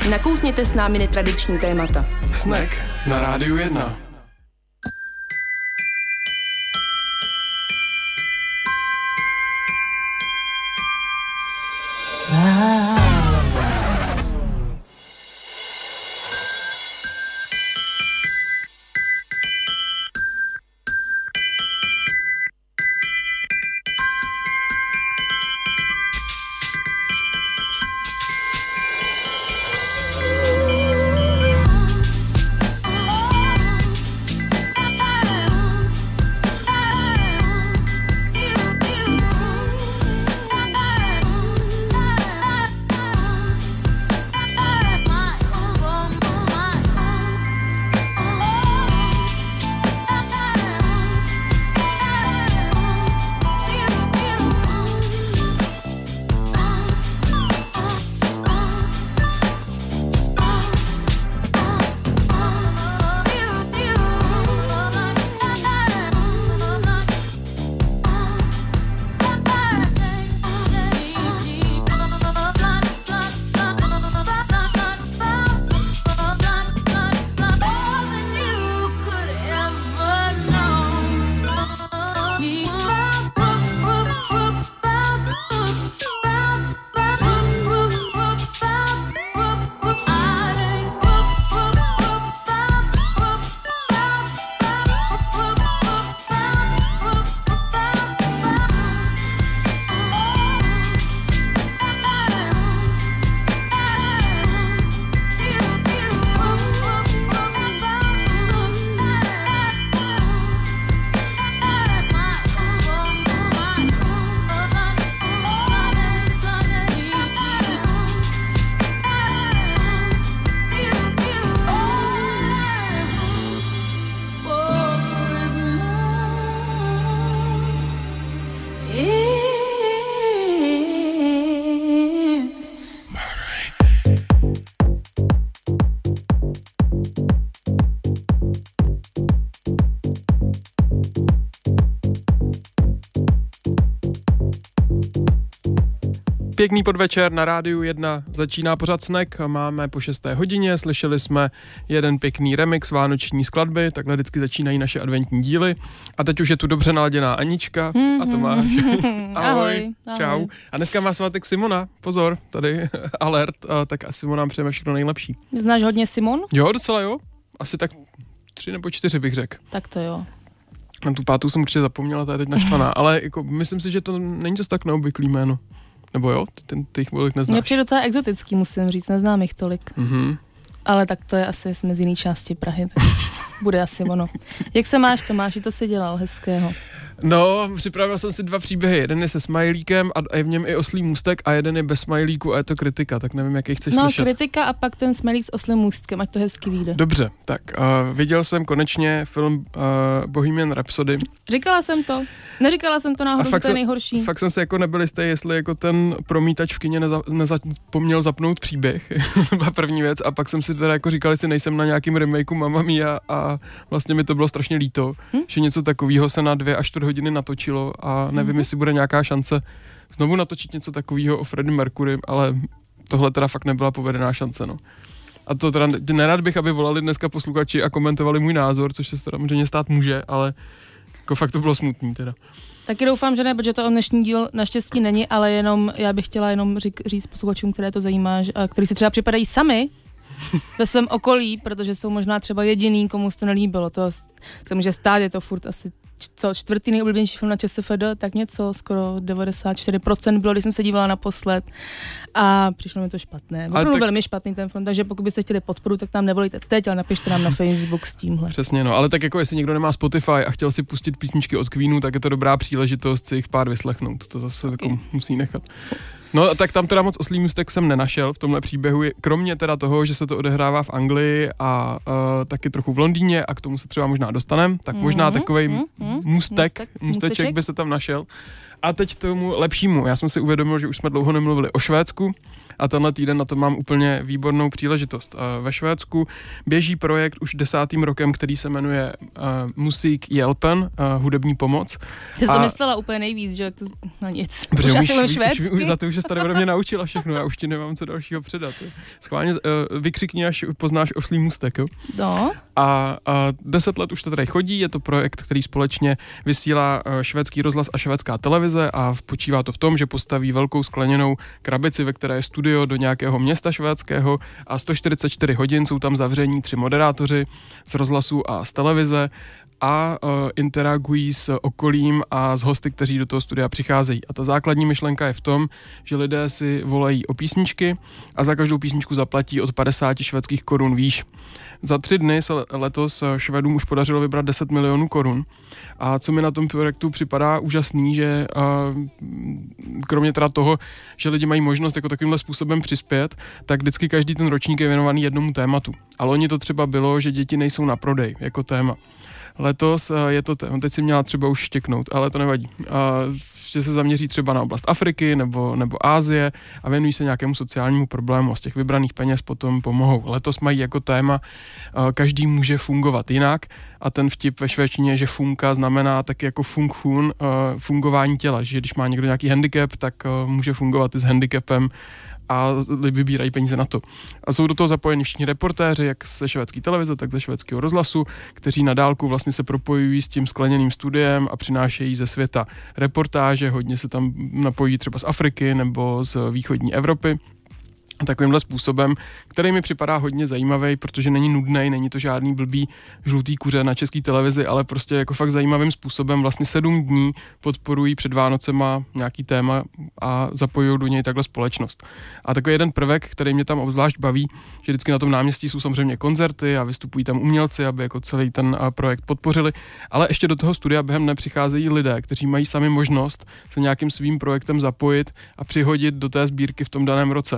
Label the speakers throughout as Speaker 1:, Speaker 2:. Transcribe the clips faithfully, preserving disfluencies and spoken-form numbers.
Speaker 1: Nakousněte s námi netradiční témata.
Speaker 2: Snack na Rádiu jedna. Pěkný podvečer na Rádiu jedna, začíná pořad Snack, máme po šesté hodině, slyšeli jsme jeden pěkný remix vánoční skladby, takhle vždycky začínají naše adventní díly a teď už je tu dobře naladěná Anička mm-hmm. a Tomáš. Ahoj,
Speaker 3: ahoj,
Speaker 2: čau.
Speaker 3: Ahoj.
Speaker 2: A dneska má svátek Simona, pozor, tady alert, a tak a Simona nám přejeme všechno nejlepší.
Speaker 3: Znáš hodně Simon?
Speaker 2: Jo, docela jo, asi tak tři nebo čtyři bych řekl.
Speaker 3: Tak to jo.
Speaker 2: Na tu pátou jsem určitě zapomněla, ta je teď naštvaná, ale jako, myslím si, že to není dost tak neobvyklý jméno. Nebo jo? Ty, ty, ty jich tolik neznáš.
Speaker 3: Mně přijde docela exotický, musím říct, neznám jich tolik.
Speaker 2: Mm-hmm.
Speaker 3: Ale tak to je asi z jiný části Prahy, tak bude asi ono. Jak se máš, Tomáši, to jsi dělal hezkého?
Speaker 2: No, připravil jsem si dva příběhy. Jeden je se smajlíkem a je v něm i oslý můstek a jeden je bez smajlíku a je to kritika, tak nevím, jaký chceš
Speaker 3: no,
Speaker 2: slyšet.
Speaker 3: No, kritika a pak ten smajlík s oslým můstkem, ať to hezky vyjde.
Speaker 2: Dobře, tak uh, viděl jsem konečně film uh, Bohemian Rhapsody.
Speaker 3: Říkala jsem to. Neříkala jsem to náhodou, že to je nejhorší.
Speaker 2: Fakt jsem si jako nebyl jistý, jestli jako ten promítač v kině neza, nezapomněl zapnout příběh. To byla první věc a pak jsem si teda jako říkal, jestli nejsem na nějakým remakeu Mamma Mia a vlastně mi to bylo strašně líto, hm? že něco takového se na dvě až čtvrt hodiny natočilo a nevím, mm-hmm. jestli bude nějaká šance znovu natočit něco takového o Freddie Mercury, ale tohle teda fakt nebyla povedená šance, no. A to teda nerad bych, aby volali dneska posluchači a komentovali můj názor, což se samozřejmě stát může, ale jako fakt to bylo smutný teda.
Speaker 3: Taky doufám, že ne, protože to dnešní díl naštěstí není, ale jenom já bych chtěla jenom řík, říct posluchačům, které to zajímá, a který si třeba připadají sami ve svém okolí, protože jsou možná třeba jediný, komu se to nelíbilo. To se může stát, je to furt asi co, čtvrtý nejoblíbenější film na ČSFD, tak něco, skoro devadesát čtyři procent bylo, když jsem se dívala naposled a přišlo mi to špatné. Bylo tak... velmi špatný ten film, takže pokud byste chtěli podporu, tak tam nevolíte teď, ale napište nám na Facebook s tímhle.
Speaker 2: Přesně, no, ale tak jako jestli někdo nemá Spotify a chtěl si pustit písničky od Queenu, tak je to dobrá příležitost si jich pár vyslechnout, to zase okay. jako musí nechat. No tak tam teda moc oslý můstek jsem nenašel v tomhle příběhu, kromě teda toho, že se to odehrává v Anglii a uh, taky trochu v Londýně a k tomu se třeba možná dostanem, tak možná mm-hmm, takovej mm-hmm, můstek, můstek, můsteček by se tam našel. A teď tomu lepšímu, já jsem si uvědomil, že už jsme dlouho nemluvili o Švédsku a tenhle týden na to mám úplně výbornou příležitost. Ve Švédsku běží projekt už desátým rokem, který se jmenuje uh, Musik Hjälpen, uh, hudební pomoc.
Speaker 3: Ty jsi to myslela úplně nejvíc, že jak to, no nic.
Speaker 2: Už,
Speaker 3: už,
Speaker 2: už,
Speaker 3: už,
Speaker 2: už, už za to už se tady ode mě naučila všechno, já už ti nemám co dalšího předat. Schválně uh, vykřikni, až poznáš oslí můstek, jo?
Speaker 3: No.
Speaker 2: A, a deset let už to tady chodí, je to projekt, který společně vysílá švédský rozhlas a švédská televize a počívá to v tom, že postaví velkou skleněnou krabici, ve které je studio do nějakého města švédského a sto čtyřicet čtyři hodin jsou tam zavření tři moderátoři z rozhlasu a z televize a uh, interagují s okolím a s hosty, kteří do toho studia přicházejí. A ta základní myšlenka je v tom, že lidé si volají o písničky a za každou písničku zaplatí od padesát švédských korun výš. Za tři dny se letos Švédům už podařilo vybrat deset milionů korun. A co mi na tom projektu připadá úžasný, že uh, kromě teda toho, že lidi mají možnost jako takovýmhle způsobem přispět, tak vždycky každý ten ročník je věnovaný jednomu tématu. A loni to třeba bylo, že děti nejsou na prodej jako téma. Letos je to, t- teď si měla třeba už štěknout, ale to nevadí. Že se zaměří třeba na oblast Afriky nebo, nebo Asie a věnují se nějakému sociálnímu problému a z těch vybraných peněz potom pomohou. Letos mají jako téma, každý může fungovat jinak a ten vtip ve švédštině, že funka znamená taky jako funghun, fungování těla, že když má někdo nějaký handicap, tak může fungovat i s handicapem a vybírají peníze na to. A jsou do toho zapojeni všichni reportéři, jak ze švédské televize, tak ze švédského rozhlasu, kteří na dálku vlastně se propojují s tím skleněným studiem a přinášejí ze světa reportáže, hodně se tam napojí třeba z Afriky nebo z východní Evropy. Takovýmhle způsobem, který mi připadá hodně zajímavý, protože není nudnej, není to žádný blbý žlutý kuře na české televizi, ale prostě jako fakt zajímavým způsobem vlastně sedm dní podporují před Vánocema nějaký téma a zapojují do něj takhle společnost. A takový jeden prvek, který mě tam obzvlášť baví, že vždycky na tom náměstí jsou samozřejmě koncerty a vystupují tam umělci, aby jako celý ten projekt podpořili, ale ještě do toho studia během dne přicházejí lidé, kteří mají sami možnost se nějakým svým projektem zapojit a přihodit do té sbírky v tom daném roce.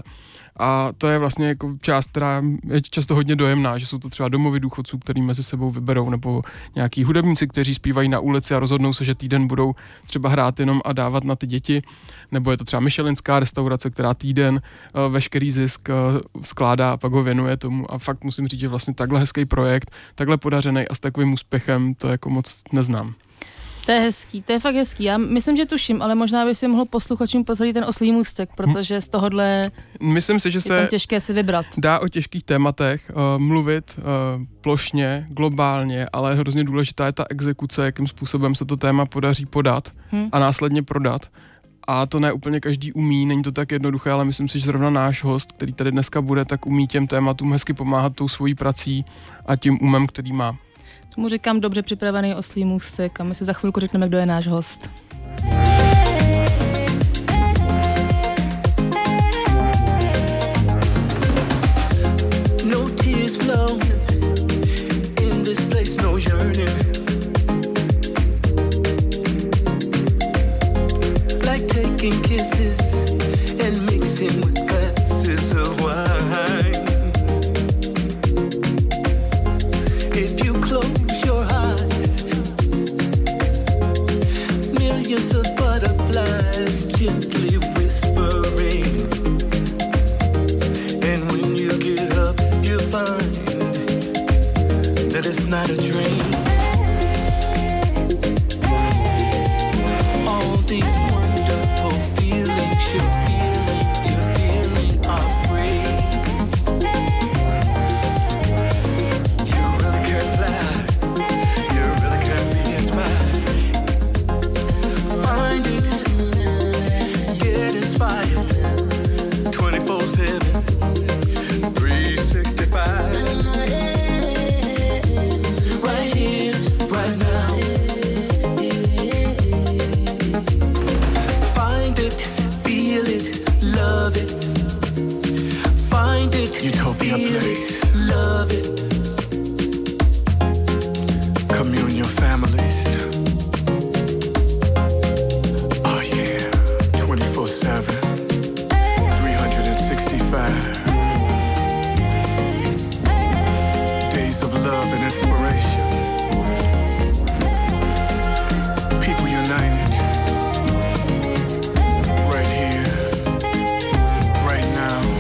Speaker 2: A to je vlastně jako část, která je často hodně dojemná, že jsou to třeba domovy důchodců, který mezi sebou vyberou, nebo nějaký hudebníci, kteří zpívají na ulici a rozhodnou se, že týden budou třeba hrát jenom a dávat na ty děti, nebo je to třeba michelinská restaurace, která týden uh, veškerý zisk uh, skládá a pak ho věnuje tomu a fakt musím říct, že vlastně takhle hezký projekt, takhle podařený a s takovým úspěchem to jako moc neznám.
Speaker 3: To je hezký, to je fakt hezký. Já myslím, že tuším, ale možná by si mohl posluchačům pozornit ten oslí můstek, protože z tohohle
Speaker 2: myslím si, že
Speaker 3: je
Speaker 2: se
Speaker 3: tam těžké si vybrat.
Speaker 2: Dá o těžkých tématech uh, mluvit uh, plošně, globálně, ale hrozně důležitá je ta exekuce, jakým způsobem se to téma podaří podat hmm. a následně prodat. A to ne úplně každý umí, není to tak jednoduché, ale myslím si, že zrovna náš host, který tady dneska bude, tak umí těm tématům hezky pomáhat tou svojí prací a tím umem, který má.
Speaker 3: Tomu říkám dobře připravený oslí můstek a my si za chvilku řekneme, kdo je náš host. No tears flow in this place, no yearning. Like taking kisses and mixing with glasses of wine. If you close your eyes, millions of butterflies gently whispering. And when you get up, you find that it's not a dream. All these wonderful feelings you're feeling, you're feeling are free. Utopia place. Love it. Commune your families. Oh yeah. twenty-four seven. three hundred sixty-five. Days of love and inspiration. People united. Right here. Right now.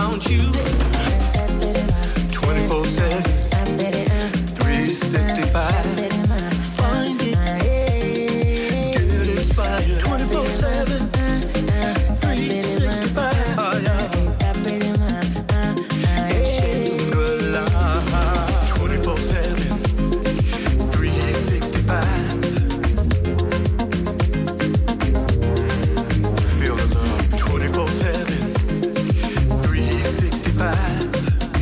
Speaker 4: want you twenty-four seven, three sixty-five. Find it, get inspired twenty-four seven, three sixty-five. Oh, yeah. It's Shangri-La twenty-four seven, three sixty-five. Feel the love twenty-four seven, three sixty-five.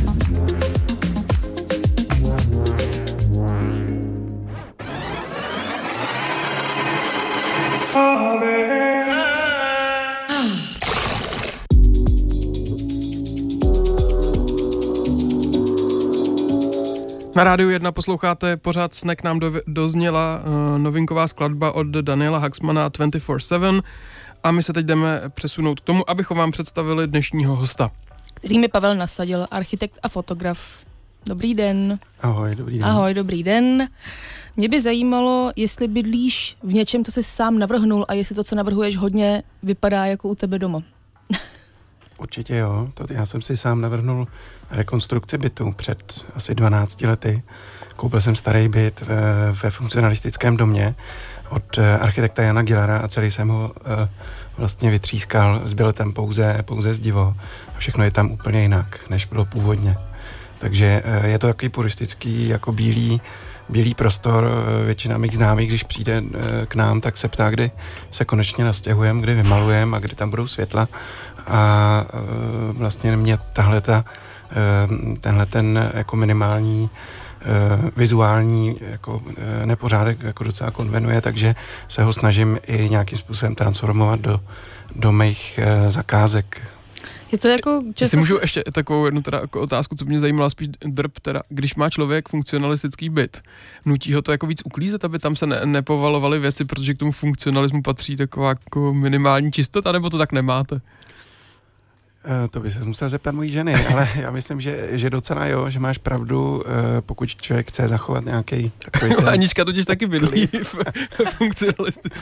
Speaker 2: Na Rádiu jedna posloucháte pořád Snack, nám do, dozněla uh, novinková skladba od Daniela Haxmana dvacet čtyři sedm a my se teď jdeme přesunout k tomu, abychom vám představili dnešního hosta.
Speaker 3: Kterým je Pavel Nasadil, architekt a fotograf. Dobrý den.
Speaker 5: Ahoj, dobrý den.
Speaker 3: Ahoj, dobrý den. Mě by zajímalo, jestli bydlíš v něčem, co jsi sám navrhnul a jestli to, co navrhuješ, hodně vypadá jako u tebe doma.
Speaker 5: Určitě jo. To já jsem si sám navrhnul rekonstrukci bytu před asi dvanácti lety. Koupil jsem starý byt ve, ve funkcionalistickém domě od architekta Jana Gillara a celý jsem ho uh, vlastně vytřískal. Zbylo tam pouze, pouze zdivo. A všechno je tam úplně jinak, než bylo původně. Takže uh, je to takový puristický, jako bílý, bílý prostor. Většina mých známých, když přijde uh, k nám, tak se ptá, kdy se konečně nastěhujeme, kdy vymalujeme a kdy tam budou světla. A uh, vlastně mě tahle ta, uh, tenhle ten jako minimální uh, vizuální jako uh, nepořádek jako docela konvenuje, takže se ho snažím i nějakým způsobem transformovat do, do mých uh, zakázek.
Speaker 3: Je to jako...
Speaker 2: Jestli můžu si... ještě takovou jednu teda jako otázku, co mě zajímala spíš drb, teda, když má člověk funkcionalistický byt, nutí ho to jako víc uklízet, aby tam se ne, nepovalovaly věci, protože k tomu funkcionalismu patří taková jako minimální čistota, nebo to tak nemáte?
Speaker 5: To by se musel zeptat mojí ženy, ale já myslím, že, že docela jo, že máš pravdu, pokud člověk chce zachovat nějaký takový ten...
Speaker 2: Anička totiž taky bydlí funkcionalisticky.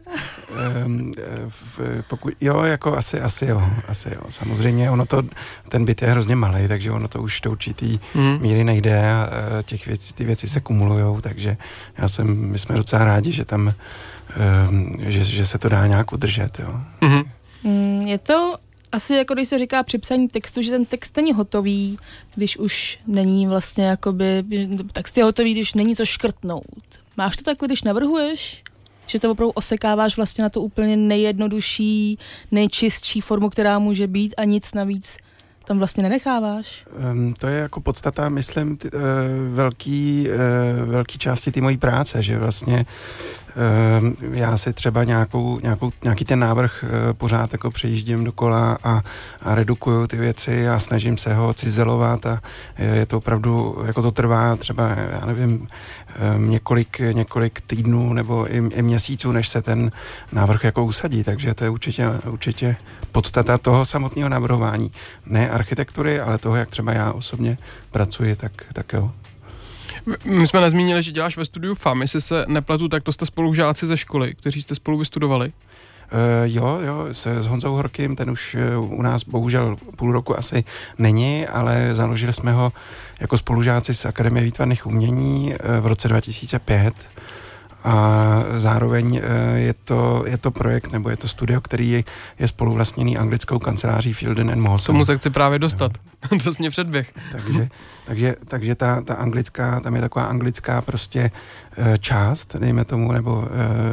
Speaker 5: um, pokud, jo, jako asi, asi jo, asi jo. Samozřejmě ono to, ten byt je hrozně malej, takže ono to už do určitý mm. míry nejde a těch věcí, ty věci se kumulujou, takže já jsem, my jsme docela rádi, že tam, um, že, že se to dá nějak udržet, jo.
Speaker 2: Mm.
Speaker 3: Mm, je to asi jako když se říká při psaní textu, že ten text není hotový, když už není vlastně jakoby, text je hotový, když není co škrtnout. Máš to takhle, když navrhuješ? Že to opravdu osekáváš vlastně na to úplně nejjednodušší, nejčistší formu, která může být a nic navíc tam vlastně nenecháváš?
Speaker 5: Um, to je jako podstata, myslím, ty, uh, velký, uh, velký části té mojí práce, že vlastně uh, já si třeba nějakou, nějakou, nějaký ten návrh uh, pořád jako přejíždím dokola a, a redukuju ty věci a snažím se ho cizelovat a je to opravdu, jako to trvá třeba, já nevím, um, několik, několik týdnů nebo i, i měsíců, než se ten návrh jako usadí, takže to je určitě, určitě podstata toho samotného navrhování. Ne architektury, ale toho, jak třeba já osobně pracuji, tak, tak jo.
Speaker 2: My jsme nezmínili, že děláš ve studiu F A M, jestli se nepletu, tak to jste spolužáci ze školy, kteří jste spolu vystudovali.
Speaker 5: Uh, jo, jo, s, s Honzou Horkým, ten už uh, u nás bohužel půl roku asi není, ale založili jsme ho jako spolužáci z Akademie výtvarných umění uh, v roce dva tisíce pět. A zároveň je to, je to projekt, nebo je to studio, který je, je spoluvlastněný anglickou kanceláří Fielden and Mawson.
Speaker 2: Tomu se chci právě dostat. To jsi mě předběh.
Speaker 5: takže takže, takže ta, ta anglická, tam je taková anglická prostě část, dejme tomu, nebo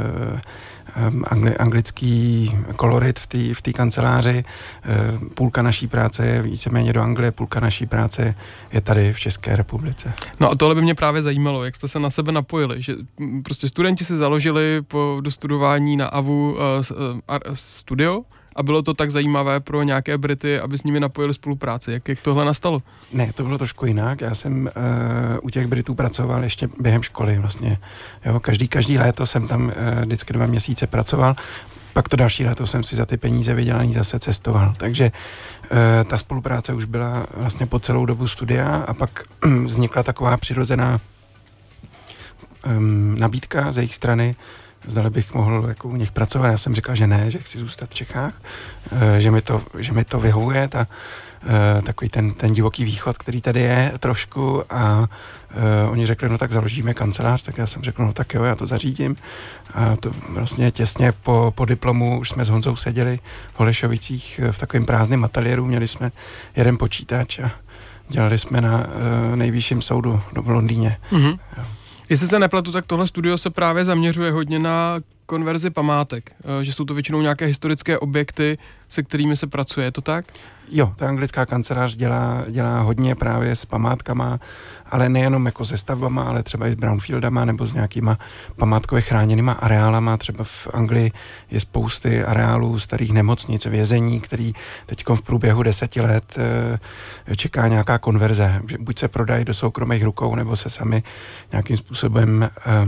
Speaker 5: angli, anglický kolorit v té v té kanceláři. Půlka naší práce je víceméně do Anglie, půlka naší práce je tady v České republice.
Speaker 2: No a tohle by mě právě zajímalo, jak jste se na sebe napojili, že prostě studenti si založili po dostudování na A V U uh, uh, studio a bylo to tak zajímavé pro nějaké Brity, aby s nimi napojili spolupráci. Jak, jak tohle nastalo?
Speaker 5: Ne, to bylo trošku jinak. Já jsem uh, u těch Britů pracoval ještě během školy vlastně. Jo, každý, každý léto jsem tam uh, vždycky dva měsíce pracoval. Pak to další léto jsem si za ty peníze vydělaný zase cestoval. Takže uh, ta spolupráce už byla vlastně po celou dobu studia a pak vznikla taková přirozená um, nabídka z jejich strany, zdali bych mohl jako u nich pracovat. Já jsem říkal, že ne, že chci zůstat v Čechách, e, že mi to, že mi to vyhovuje, ta, e, takový ten, ten divoký východ, který tady je trošku a e, oni řekli, no tak založíme kancelář, tak já jsem řekl, no tak jo, já to zařídím a to vlastně těsně po, po diplomu už jsme s Honzou seděli v Holešovicích v takovém prázdném ateliéru, měli jsme jeden počítač a dělali jsme na uh, nejvyšším soudu v Londýně.
Speaker 2: Mm-hmm. Jestli se nepletu, tak tohle studio se právě zaměřuje hodně na konverzi památek, uh, že jsou to většinou nějaké historické objekty, se kterými se pracuje, je to tak?
Speaker 5: Jo, ta anglická kancelář dělá, dělá hodně právě s památkama, ale nejenom jako se stavbama, ale třeba i s brownfieldama nebo s nějakýma památkově chráněnýma areálama. Třeba v Anglii je spousty areálů starých nemocnic, vězení, který teď v průběhu deseti let e, čeká nějaká konverze. Buď se prodají do soukromých rukou, nebo se sami nějakým způsobem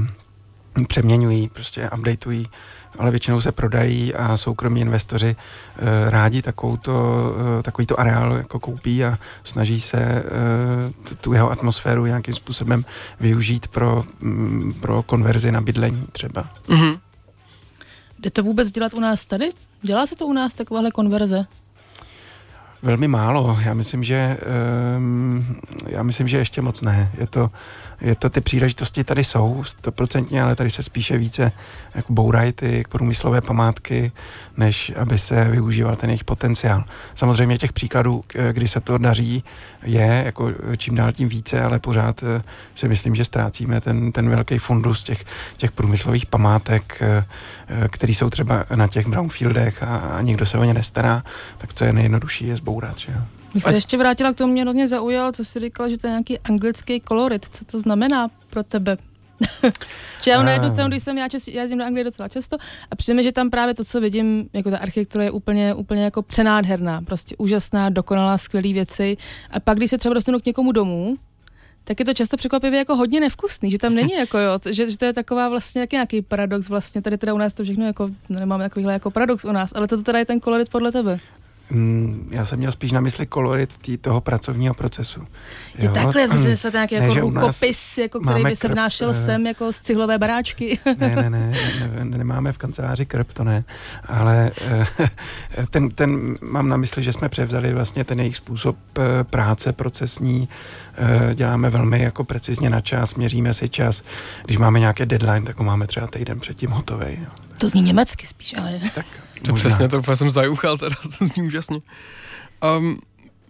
Speaker 5: e, přeměňují, prostě updateují, ale většinou se prodají a soukromí investoři e, rádi takovouto, e, takovýto areál jako koupí a snaží se e, tu jeho atmosféru nějakým způsobem využít pro, m, pro konverzi na bydlení třeba.
Speaker 3: Mm-hmm. Jde to vůbec dělat u nás tady? Dělá se to u nás takováhle konverze?
Speaker 5: Velmi málo. Já myslím, že um, já myslím, že ještě moc ne. Je to, je to ty příležitosti tady jsou stoprocentně, ale tady se spíše více jako bourají ty průmyslové památky, než aby se využíval ten jejich potenciál. Samozřejmě těch příkladů, kdy se to daří, je jako čím dál tím více, ale pořád si myslím, že ztrácíme ten, ten velký fundus těch, těch průmyslových památek, který jsou třeba na těch brownfieldech a, a nikdo se o ně nestará, tak co je nejjednodušší je zbourat, že jo.
Speaker 3: Bych se ještě vrátila k tomu, mě hodně zaujalo, co jsi říkala, že to je nějaký anglický kolorit. Co to znamená pro tebe? Že já na jednu stranu, když jsem já, čas, já jezdím do Anglie docela často a přijde mi, že tam právě to, co vidím, jako ta architektura je úplně, úplně jako přenádherná, prostě úžasná, dokonalá, skvělý věci. A pak, když se třeba dostanu k někomu domů, tak je to často překvapivě jako hodně nevkusný, že tam není jako jo, že, že to je taková vlastně nějaký paradox vlastně, tady teda u nás to všechno jako, nemáme takovýhle jako paradox u nás, ale to teda je ten kolorit podle tebe.
Speaker 5: Já jsem měl spíš na mysli kolorit tý, toho pracovního procesu.
Speaker 3: Jo? Takhle, já jsem si myslel nějaký jako rukopis, jako, který by se vnášel krp, sem jako z cihlové baráčky.
Speaker 5: Ne, ne, ne, ne, ne, nemáme v kanceláři krp, to ne, ale ten, ten mám na mysli, že jsme převzali vlastně ten jejich způsob práce procesní, děláme velmi jako precizně na čas, měříme si čas, když máme nějaký deadline, tak ho máme třeba týden předtím hotovej.
Speaker 3: To zní německy spíš, ale...
Speaker 5: Tak,
Speaker 2: to přesně, to úplně jsem zajuchal, teda, to zní úžasně. Um,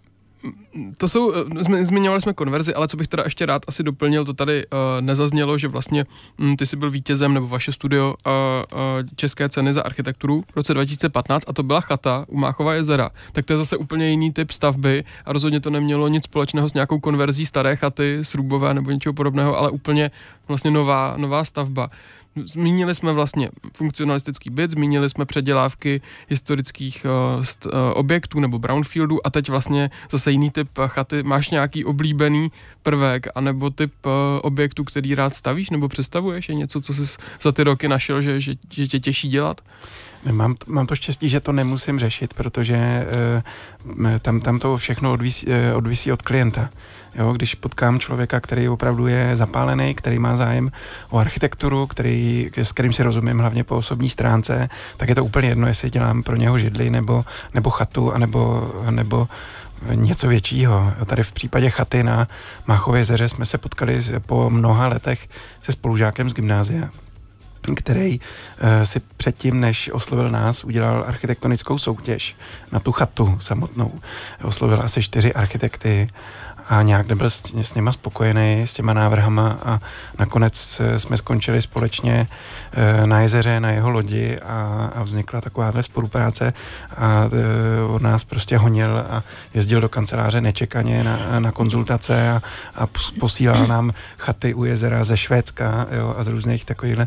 Speaker 2: to jsou, zmiňovali jsme konverzi, ale co bych teda ještě rád asi doplnil, to tady uh, nezaznělo, že vlastně um, ty jsi byl vítězem, nebo vaše studio uh, uh, České ceny za architekturu v roce dva tisíce patnáct a to byla chata u Máchova jezera. Tak to je zase úplně jiný typ stavby a rozhodně to nemělo nic společného s nějakou konverzí staré chaty, srubové nebo něčeho podobného, ale úplně vlastně nová, nová stavba. Zmínili jsme vlastně funkcionalistický byt, zmínili jsme předělávky historických uh, st, uh, objektů nebo brownfieldů a teď vlastně zase jiný typ chaty. Máš nějaký oblíbený prvek anebo typ uh, objektu, který rád stavíš nebo představuješ? Je něco, co jsi za ty roky našel, že, že, že tě těší dělat?
Speaker 5: Mám, mám to štěstí, že to nemusím řešit, protože uh, tam, tam to všechno odvisí, uh, odvisí od klienta. Jo, když potkám člověka, který opravdu je zapálený, který má zájem o architekturu, který, s kterým si rozumím hlavně po osobní stránce, tak je to úplně jedno, jestli dělám pro něho židli nebo, nebo chatu, anebo, nebo něco většího. Tady v případě chaty na Máchově jezeře jsme se potkali po mnoha letech se spolužákem z gymnázia, který uh, si předtím, než oslovil nás, udělal architektonickou soutěž na tu chatu samotnou. Oslovil asi čtyři architekty a nějak nebyl s, s něma spokojený, s těma návrhama a nakonec jsme skončili společně e, na jezeře, na jeho lodi a, a vznikla takováhle spolupráce a e, on nás prostě honil a jezdil do kanceláře nečekaně na, na konzultace a, a posílal nám chaty u jezera ze Švédska, jo, a z různých takovýchhle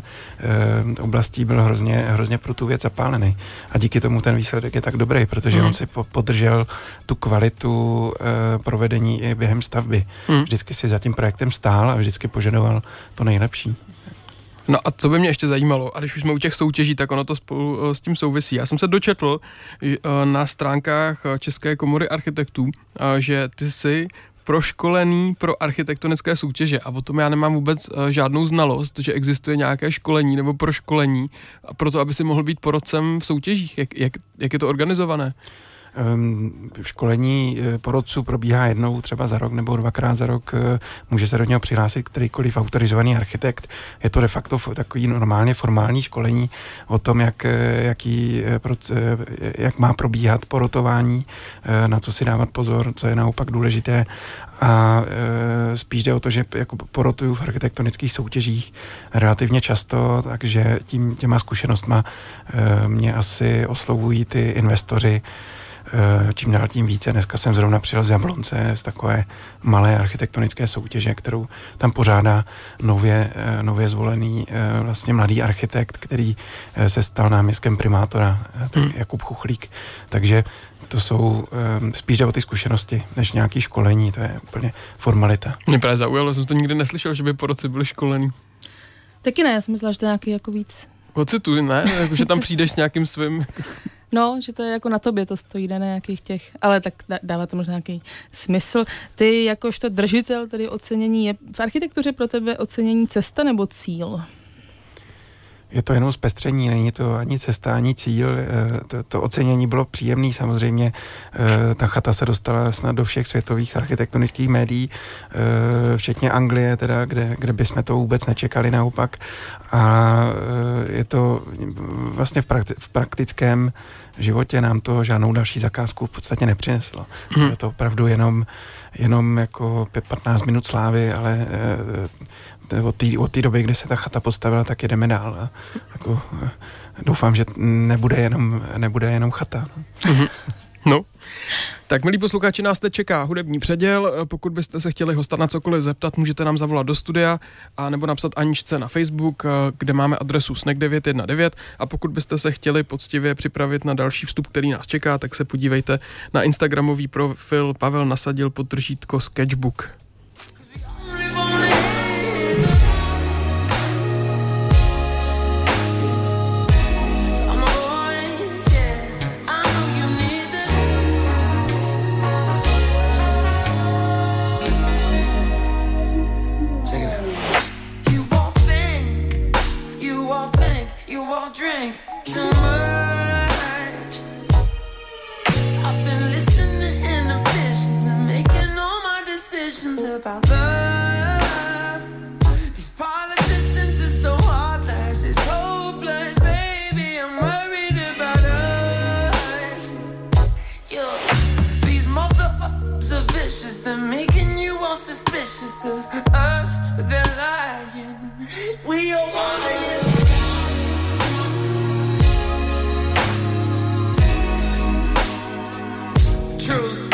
Speaker 5: e, oblastí byl hrozně, hrozně pro tu věc zapálený. A díky tomu ten výsledek je tak dobrý, protože mm. on si po, podržel tu kvalitu e, provedení i během stavby. Hmm. Vždycky si za tím projektem stál a vždycky požadoval to nejlepší.
Speaker 2: No a co by mě ještě zajímalo, a když už jsme u těch soutěží, tak ono to spolu s tím souvisí. Já jsem se dočetl na stránkách České komory architektů, že ty jsi proškolený pro architektonické soutěže a o tom já nemám vůbec uh, žádnou znalost, že existuje nějaké školení nebo proškolení a proto, aby si mohl být porodcem v soutěžích. Jak, jak, jak je to organizované?
Speaker 5: Školení porodců probíhá jednou třeba za rok nebo dvakrát za rok. Může se do něho přihlásit kterýkoliv autorizovaný architekt. Je to de facto takový normálně formální školení o tom, jak, jaký, jak má probíhat porotování, na co si dávat pozor, co je naopak důležité. A spíš jde o to, že jako porotuju v architektonických soutěžích relativně často, takže tím, těma zkušenostma mě asi oslovují ty investoři čím dál tím více. Dneska jsem zrovna přijel z Jablonce z takové malé architektonické soutěže, kterou tam pořádá nově, nově zvolený vlastně mladý architekt, který se stal náměstkem primátora, hmm. Jakub Chuchlík. Takže to jsou spíš jde o ty zkušenosti, než nějaký školení, to je úplně formalita.
Speaker 2: Mě právě zaujalo, jsem to nikdy neslyšel, že by porodci byli školení.
Speaker 3: Taky ne, já jsem myslela, že to je nějaký jako víc.
Speaker 2: Ocituj, ne? Jako, že tam přijdeš s nějakým svým...
Speaker 3: No, že to je jako na tobě, to stojí na nějakých těch, ale tak dává to možná nějaký smysl. Ty jakožto držitel tedy ocenění, je v architektuře pro tebe ocenění cesta nebo cíl?
Speaker 5: Je to jenom zpestření, není to ani cesta, ani cíl. To, to ocenění bylo příjemný, samozřejmě. Ta chata se dostala snad do všech světových architektonických médií, včetně Anglie, teda, kde, kde bychom to vůbec nečekali naopak. A je to vlastně v, prakti- v praktickém životě nám to žádnou další zakázku v podstatě nepřineslo. Hmm. Je to opravdu jenom, jenom jako patnáct minut slávy, ale od té od té doby, kdy se ta chata postavila, tak jedeme dál. A jako, doufám, že nebude jenom, nebude jenom chata.
Speaker 2: Mm-hmm. No, tak milí posluchači, nás teď čeká hudební předěl. Pokud byste se chtěli hosta na cokoliv zeptat, můžete nám zavolat do studia a nebo napsat Aničce na Facebook, kde máme adresu snack devět jedna devět, a pokud byste se chtěli poctivě připravit na další vstup, který nás čeká, tak se podívejte na instagramový profil Pavel Nasadil podtržítko Sketchbook.
Speaker 6: Drink too much. I've been listening to inhibitions and making all my decisions about love. These politicians are so heartless, it's hopeless, baby. I'm worried about us. Yo, these motherfuckers are vicious. They're making you all suspicious of us, but they're lying. We all wanna hear. Truth.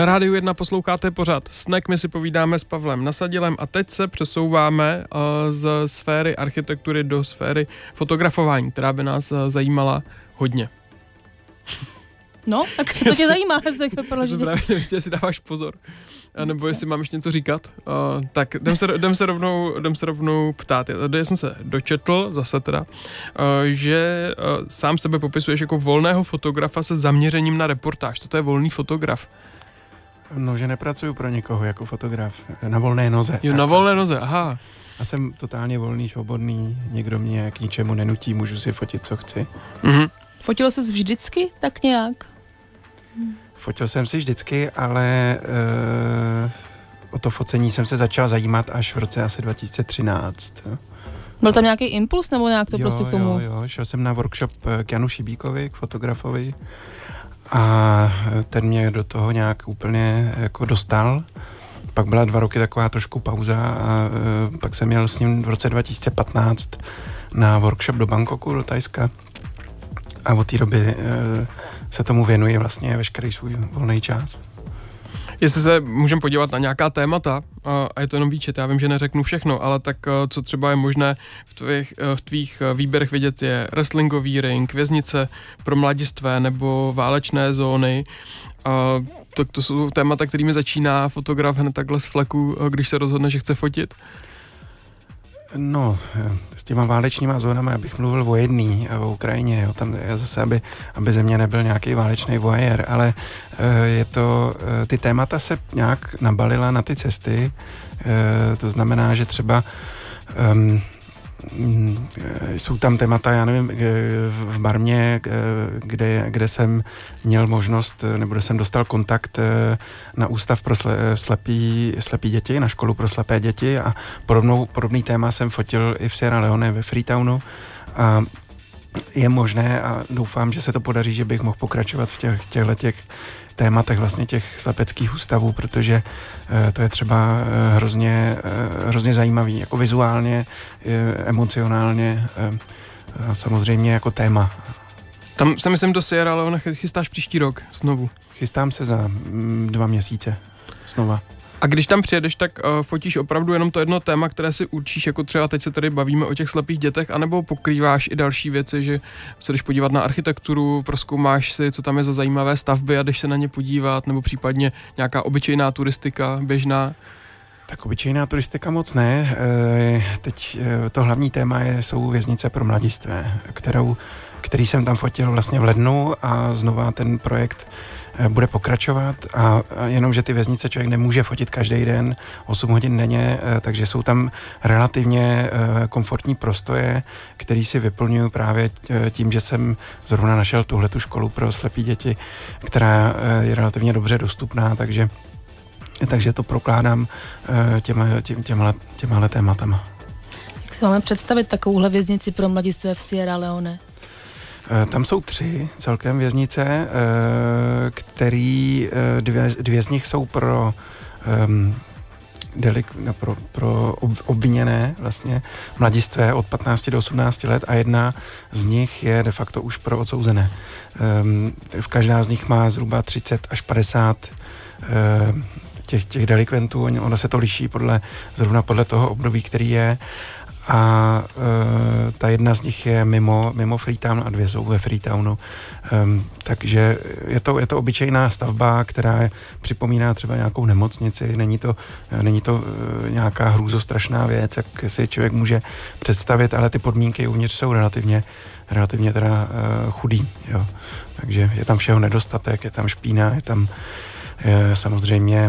Speaker 2: Na Rádiu jedna posloucháte pořad Snack, my si povídáme s Pavlem Nasadilem a teď se přesouváme uh, z sféry architektury do sféry fotografování, která by nás uh, zajímala hodně.
Speaker 3: No, tak to tě zajímá.
Speaker 2: Já právě nevím, jestli dáváš pozor, a nebo jestli mám ještě něco říkat. Uh, tak jdem se, jdem, se rovnou, jdem se rovnou ptát. Já, já jsem se dočetl, zase teda, uh, že uh, sám sebe popisuješ jako volného fotografa se zaměřením na reportáž. Co to je volný fotograf?
Speaker 5: No, že nepracuju pro někoho jako fotograf. Na volné noze.
Speaker 2: Jo, na volné noze, aha.
Speaker 5: A jsem totálně volný, svobodný, někdo mě k ničemu nenutí, můžu si fotit, co chci.
Speaker 2: Mhm.
Speaker 3: Fotilo ses vždycky tak nějak?
Speaker 5: Fotil jsem si vždycky, ale uh, o to focení jsem se začal zajímat až v roce asi dva tisíce třináct.
Speaker 3: Byl tam nějaký impuls nebo nějak to
Speaker 5: jo,
Speaker 3: prostě k tomu?
Speaker 5: Jo, jo, šel jsem na workshop k Janu Šibíkovi, k fotografovi a ten mě do toho nějak úplně jako dostal. Pak byla dva roky taková trošku pauza a uh, pak jsem jel s ním v roce dva tisíce patnáct na workshop do Bangkoku, do Thajska. A od té doby uh, se tomu věnuje vlastně veškerý svůj volný čas.
Speaker 2: Jestli se můžeme podívat na nějaká témata, a je to jenom výčet, já vím, že neřeknu všechno, ale tak co třeba je možné v tvých, v tvých výběrech vidět je wrestlingový ring, věznice pro mladistvé nebo válečné zóny. To, to jsou témata, kterými začíná fotograf hned takhle z fleku, když se rozhodne, že chce fotit.
Speaker 5: No, s těma válečníma zónama, abych mluvil o jedný, o Ukrajině, jo, tam je zase, aby, aby ze mě nebyl nějaký válečný voyeur, ale e, je to, e, ty témata se nějak nabalila na ty cesty, e, to znamená, že třeba e, jsou tam témata, já nevím, v Barmě, kde, kde jsem měl možnost, nebo kde jsem dostal kontakt na ústav pro slepý, slepý děti, na školu pro slepé děti a podobnou, podobný téma jsem fotil i v Sierra Leone ve Freetownu a je možné a doufám, že se to podaří, že bych mohl pokračovat v těch, těchto těch tématech vlastně těch slepeckých ústavů, protože e, to je třeba e, hrozně, e, hrozně zajímavý, jako vizuálně, e, emocionálně e, a samozřejmě jako téma.
Speaker 2: Tam se myslím do Sierra Leone chystáš příští rok znovu.
Speaker 5: Chystám se za mm, dva měsíce znova.
Speaker 2: A když tam přijedeš, tak uh, fotíš opravdu jenom to jedno téma, které si určíš, jako třeba teď se tady bavíme o těch slepých dětech, anebo pokrýváš i další věci, že se jdeš podívat na architekturu, prozkoumáš si, co tam je za zajímavé stavby a jdeš se na ně podívat, nebo případně nějaká obyčejná turistika, běžná?
Speaker 5: Tak obyčejná turistika moc ne. E, teď e, to hlavní téma je, jsou věznice pro mladistvé, kterou, který jsem tam fotil vlastně v lednu a znova ten projekt bude pokračovat a jenom, že ty věznice člověk nemůže fotit každý den, osm hodin denně, takže jsou tam relativně komfortní prostoje, který si vyplňuju právě tím, že jsem zrovna našel tuhletu školu pro slepý děti, která je relativně dobře dostupná, takže, takže to prokládám těma, těm, těmhle, těmhle tématama.
Speaker 3: Jak si máme představit takovouhle věznici pro mladistvé v Sierra Leone?
Speaker 5: Tam jsou tři celkem věznice, který dvě, dvě z nich jsou pro, um, delik, no, pro, pro obviněné vlastně mladistvé od patnácti do osmnácti let a jedna z nich je de facto už pro odsouzené. Um, v každá z nich má zhruba třicet až padesát um, těch, těch delikventů, ono se to liší podle, zrovna podle toho období, který je. A e, ta jedna z nich je mimo, mimo Freetown a dvě jsou ve Freetownu. E, takže je to, je to obyčejná stavba, která připomíná třeba nějakou nemocnici. Není to, není to e, nějaká hrůzostrašná věc, jak si člověk může představit, ale ty podmínky uvnitř jsou relativně, relativně teda e, chudý. Jo. Takže je tam všeho nedostatek, je tam špína, je tam e, samozřejmě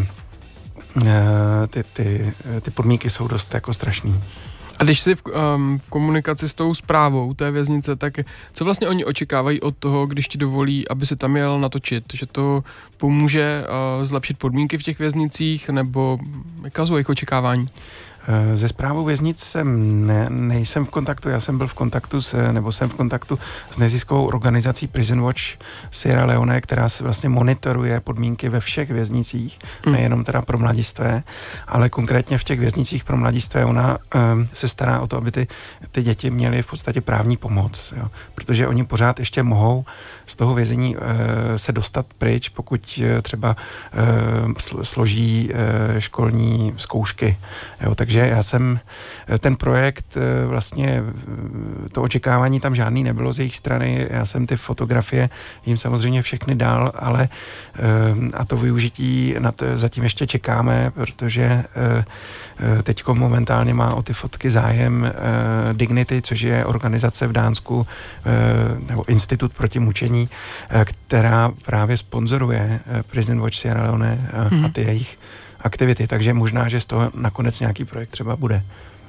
Speaker 5: e, ty, ty, ty podmínky jsou dost jako strašný.
Speaker 2: A když jsi v, um, v komunikaci s tou správou té věznice, tak co vlastně oni očekávají od toho, když ti dovolí, aby se tam jel natočit? Že to pomůže uh, zlepšit podmínky v těch věznicích, nebo jaká jsou jejich očekávání?
Speaker 5: Ze správou věznic jsem ne, nejsem v kontaktu, já jsem byl v kontaktu s, nebo jsem v kontaktu s neziskovou organizací Prison Watch Sierra Leone, která se vlastně monitoruje podmínky ve všech věznicích, mm. nejenom teda pro mladistvé, ale konkrétně v těch věznicích pro mladistvé ona um, se stará o to, aby ty, ty děti měly v podstatě právní pomoc, jo? Protože oni pořád ještě mohou z toho vězení uh, se dostat pryč, pokud uh, třeba uh, složí uh, školní zkoušky, jo? Takže já jsem, ten projekt vlastně, to očekávání tam žádný nebylo z jejich strany, já jsem ty fotografie jim samozřejmě všechny dal, ale a to využití na to zatím ještě čekáme, protože teďko momentálně má o ty fotky zájem Dignity, což je organizace v Dánsku, nebo Institut proti mučení, která právě sponzoruje Prison Watch Sierra Leone a, mm. a ty jejich aktivity, takže možná, že z toho nakonec nějaký projekt třeba bude.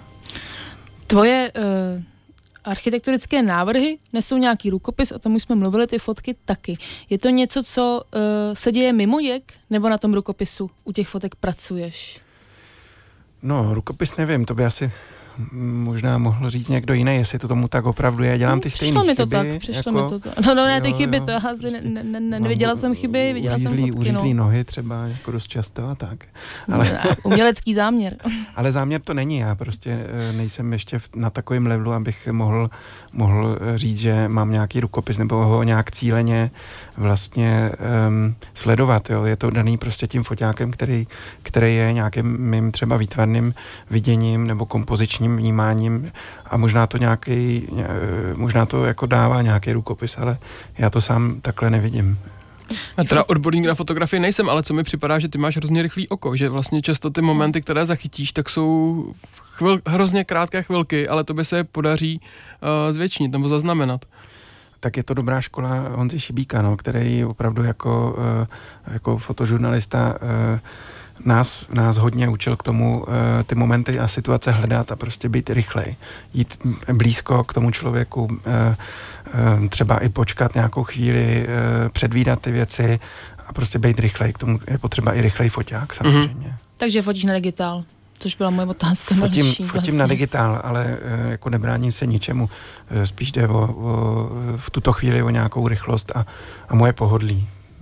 Speaker 3: Tvoje uh, architektonické návrhy nesou nějaký rukopis, o tom už jsme mluvili, ty fotky taky. Je to něco, co uh, se děje mimo děk, nebo na tom rukopisu u těch fotek pracuješ?
Speaker 5: No, rukopis nevím, to by asi možná mohl říct někdo jiný, jestli to tomu tak opravdu je. Dělám ty stejné chyby.
Speaker 3: Přišlo mi to tak, přišlo jako, mi to tak. No, no ne, ty jo, chyby, jo. to já asi ne, ne, ne, ne, neviděla jsem chyby, viděla uřízlý, jsem fotky, no. Uřízlý
Speaker 5: nohy třeba jako dost často a tak. Ale,
Speaker 3: umělecký záměr.
Speaker 5: Ale záměr to není, já prostě nejsem ještě na takovém levelu, abych mohl, mohl říct, že mám nějaký rukopis nebo ho nějak cíleně vlastně um, sledovat. Jo. Je to daný prostě tím foťákem, který, který je nějakým mým třeba výtvarným viděním nebo kompozičním vnímáním a možná to nějaký, možná to jako dává nějaký rukopis, ale já to sám takhle nevidím.
Speaker 2: Já teda odborník na fotografii nejsem, ale co mi připadá, že ty máš hrozně rychlý oko, že vlastně často ty momenty, které zachytíš, tak jsou chvil, hrozně krátké chvilky, ale to by se podaří uh, zvětšnit nebo zaznamenat.
Speaker 5: Tak je to dobrá škola Honzy Šibíka, no, který opravdu jako, uh, jako fotožurnalista uh, Nás, nás hodně učil k tomu uh, ty momenty a situace hledat a prostě být rychlej. Jít blízko k tomu člověku, uh, uh, třeba i počkat nějakou chvíli, uh, předvídat ty věci a prostě být rychlej. K tomu je potřeba i rychlej foťák samozřejmě. Mm-hmm.
Speaker 3: Takže fotíš na digitál, což byla moje otázka.
Speaker 5: Fotím,
Speaker 3: další,
Speaker 5: fotím
Speaker 3: vlastně.
Speaker 5: na digitál, ale uh, jako nebráním se ničemu. Uh, spíš jde o, o, v tuto chvíli o nějakou rychlost a, a moje pohodlí.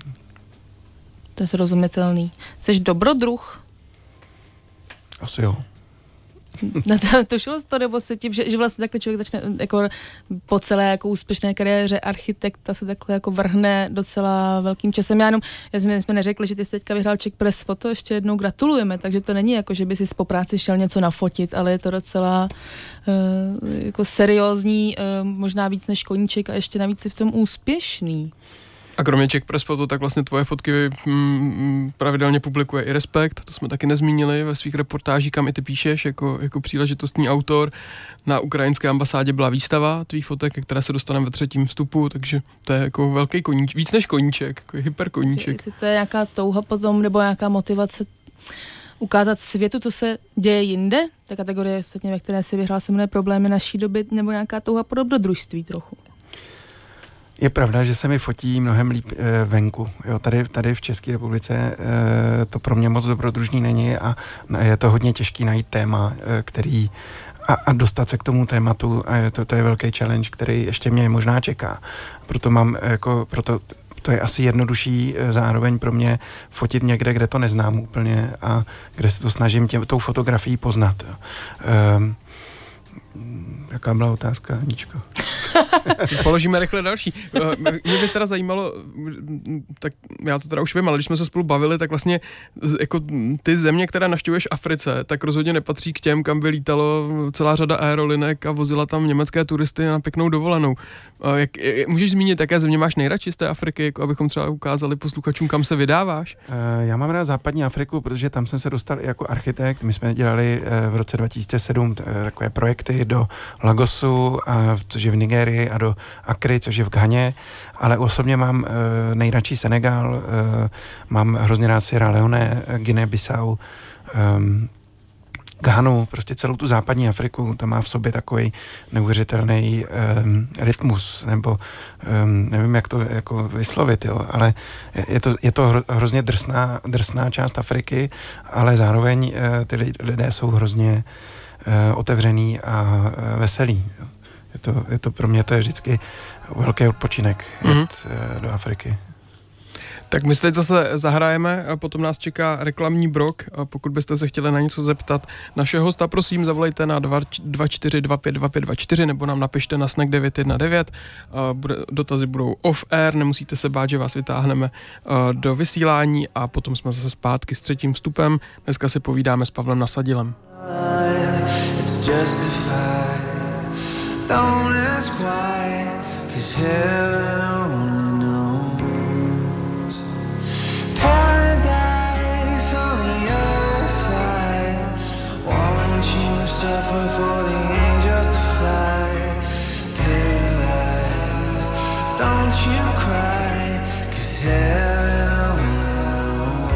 Speaker 3: To je srozumitelný. Jseš dobrodruh?
Speaker 5: Asi jo.
Speaker 3: No to, tušil jsi to, nebo se tím, že, že vlastně takhle člověk začne jako po celé jako úspěšné kariéře architekta se takhle jako vrhne docela velkým časem. Já jenom, já jsme, jsme neřekli, že ty jsi teďka vyhrál Czech Press Photo, ještě jednou gratulujeme, takže to není jako, že by si po práci šel něco nafotit, ale je to docela uh, jako seriózní, uh, možná víc než koníček a ještě navíc si v tom úspěšný.
Speaker 2: A kromě Czech Press Photo, tak vlastně tvoje fotky mm, pravidelně publikuje i Respekt, to jsme taky nezmínili ve svých reportážích, kam i ty píšeš jako, jako příležitostný autor. Na ukrajinské ambasádě byla výstava tvých fotek, které se dostaneme ve třetím vstupu, takže to je jako velký koníček, víc než koníček, jako hyperkoníček.
Speaker 3: Jestli to je nějaká touha potom, nebo nějaká motivace ukázat světu, co se děje jinde, ta kategorie, ve které si vyhrál, se jmenuje Problémy naší doby, nebo nějaká touha po dobrodružství trochu.
Speaker 5: Je pravda, že se mi fotí mnohem líp e, venku. Jo, tady, tady v České republice e, to pro mě moc dobrodružný není a je to hodně těžký najít téma, e, který a, a dostat se k tomu tématu a je to, to je velký challenge, který ještě mě možná čeká. Proto mám jako, proto to je asi jednodušší zároveň pro mě fotit někde, kde to neznám úplně a kde se to snažím tě, tou fotografií poznat. E, Jaká byla otázka, Aničko?
Speaker 2: Položíme rychle další. Mě by teda zajímalo, tak já to teda už vím, ale když jsme se spolu bavili, tak vlastně jako ty země, které navštěvuješ v Africe, tak rozhodně nepatří k těm, kam by lítalo celá řada aerolinek a vozila tam německé turisty na pěknou dovolenou. Jak, můžeš zmínit, jaké země máš nejradši z té Afriky, jako abychom třeba ukázali posluchačům, kam se vydáváš?
Speaker 5: Já mám rád západní Afriku, protože tam jsem se dostal i jako architekt. My jsme dělali v roce dva tisíce sedm takové projekty do Lagosu, a, což je v Nigérii, a do Akry, což je v Ghaně, ale osobně mám e, nejradši Senegal, e, mám hrozně rád Sierra Leone, Guinea-Bissau, e, Ghanu, prostě celou tu západní Afriku, tam má v sobě takový neuvěřitelný um, rytmus, nebo um, nevím, jak to jako vyslovit, jo, ale je to, je to hro, hrozně drsná, drsná část Afriky, ale zároveň uh, ty lidé jsou hrozně uh, otevřený a uh, veselí. Jo. Je to, je to pro mě to je vždycky velký odpočinek jet mm-hmm. uh, do Afriky.
Speaker 2: Tak my se teď zase zahrajeme a potom nás čeká reklamní brok a pokud byste se chtěli na něco zeptat našeho hosta, prosím, zavolejte na dva čtyři dva pět dva pět dva čtyři nebo nám napište na snack devět jedna devět. Bude, dotazy budou off-air, nemusíte se bát, že vás vytáhneme do vysílání a potom jsme zase zpátky s třetím vstupem. Dneska si povídáme s Pavlem Nasadilem.
Speaker 6: It's justified. Don't ask why, 'cause heaven only knows. Paradise on the other side. Won't you suffer for the angels to fly? Paralyzed. Don't you cry, 'cause heaven only knows.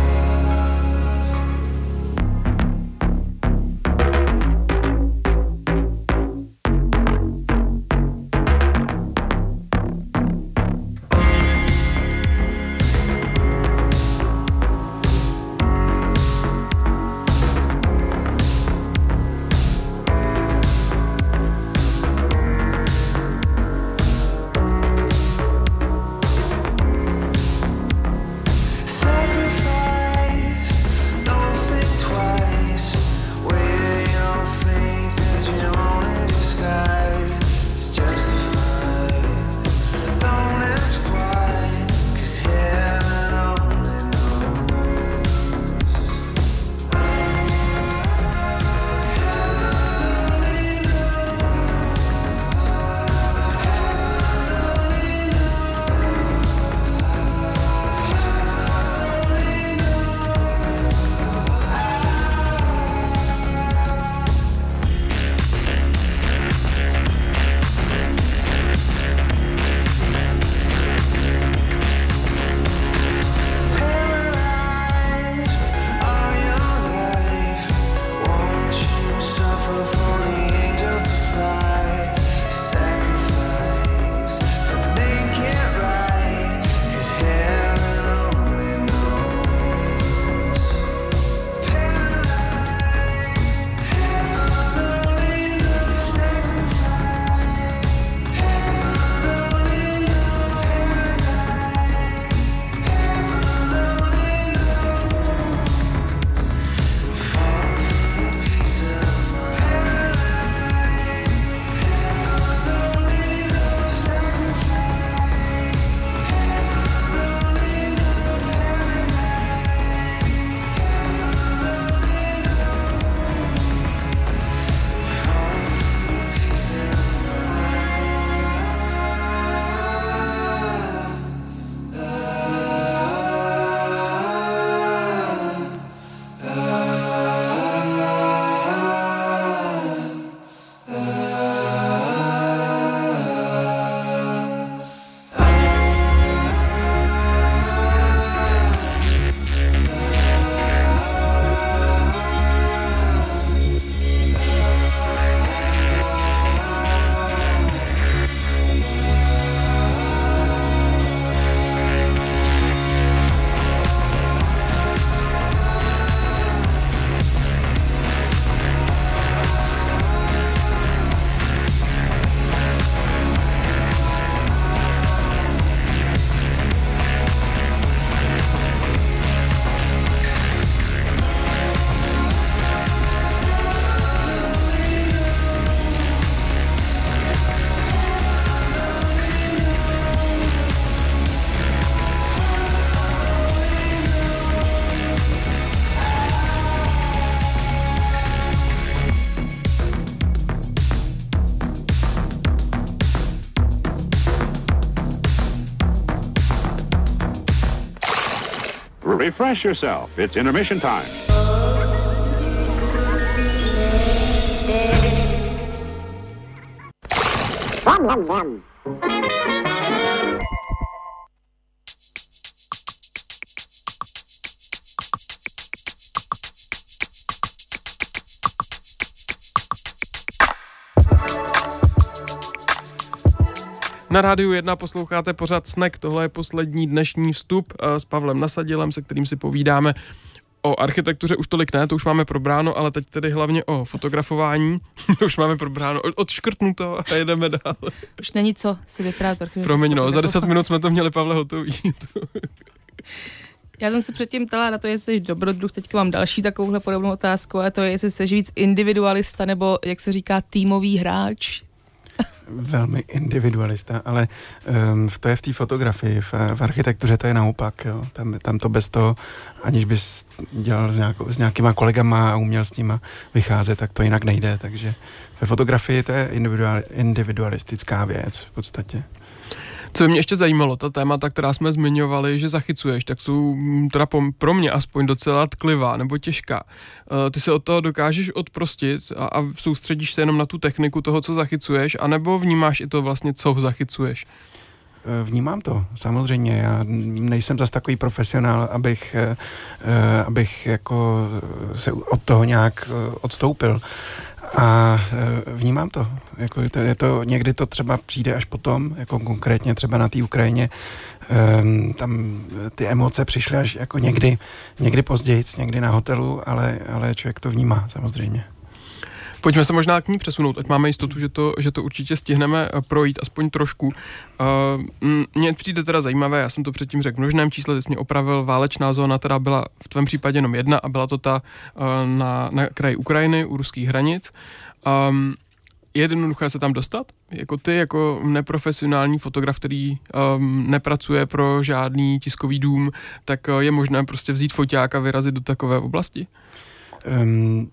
Speaker 7: Refresh yourself. It's intermission time.
Speaker 8: Yum, yum, yum.
Speaker 2: Na Rádiu jedna posloucháte pořád Snack, tohle je poslední dnešní vstup s Pavlem Nasadilem, se kterým si povídáme o architektuře. Už tolik ne, to už máme probráno, ale teď tedy hlavně o fotografování. Už máme probráno, odškrtnuto a jedeme dál.
Speaker 3: Už není co si vyprávět.
Speaker 2: Promiň, no, za deset minut jsme to měli, Pavle, hotový.
Speaker 3: Já jsem se předtím ptala na to, jestli jsi dobrodruh, teďka mám další takovouhle podobnou otázku, a to je, jestli jsi víc individualista, nebo jak se říká, týmový hráč.
Speaker 5: Velmi individualista, ale um, to je v té fotografii, v, v architektuře to je naopak, jo. Tam, tam to bez toho, aniž bys dělal s, nějakou, s nějakýma kolegama a uměl s nima vycházet, tak to jinak nejde, takže ve fotografii to je individual, individualistická věc v podstatě.
Speaker 2: Co mě ještě zajímalo, ta témata, která jsme zmiňovali, že zachycuješ, tak jsou teda pro mě aspoň docela tklivá nebo těžká. Ty se od toho dokážeš odprostit a, a soustředíš se jenom na tu techniku toho, co zachycuješ, anebo vnímáš i to vlastně, co zachycuješ?
Speaker 5: Vnímám to, samozřejmě. Já nejsem zas takový profesionál, abych, abych jako se od toho nějak odstoupil. A vnímám to. Jako to, je to, někdy to třeba přijde až potom, jako konkrétně třeba na té Ukrajině. Um, tam ty emoce přišly až jako někdy, někdy později, někdy na hotelu, ale, ale člověk to vnímá samozřejmě.
Speaker 2: Pojďme se možná k ní přesunout, ať máme jistotu, že to, že to určitě stihneme projít aspoň trošku. Uh, mně přijde teda zajímavé, já jsem to předtím řekl v množném čísle, ty jsi mě opravil, válečná zóna teda byla v tvém případě jenom jedna a byla to ta uh, na, na kraji Ukrajiny, u ruských hranic. Um, je jednoduché se tam dostat? Jako ty, jako neprofesionální fotograf, který um, nepracuje pro žádný tiskový dům, tak uh, je možné prostě vzít foťák a vyrazit do takové oblasti?
Speaker 5: Um...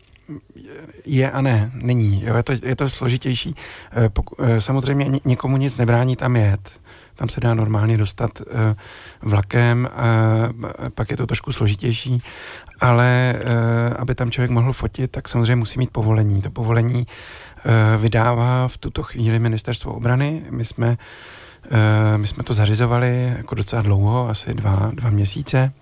Speaker 5: Je a ne, není. Jo, je, to, je to složitější. Samozřejmě nikomu nic nebrání tam jet. Tam se dá normálně dostat vlakem, pak je to trošku složitější, ale aby tam člověk mohl fotit, tak samozřejmě musí mít povolení. To povolení vydává v tuto chvíli Ministerstvo obrany. My jsme, my jsme to zařizovali jako docela dlouho, asi dva, dva měsíce.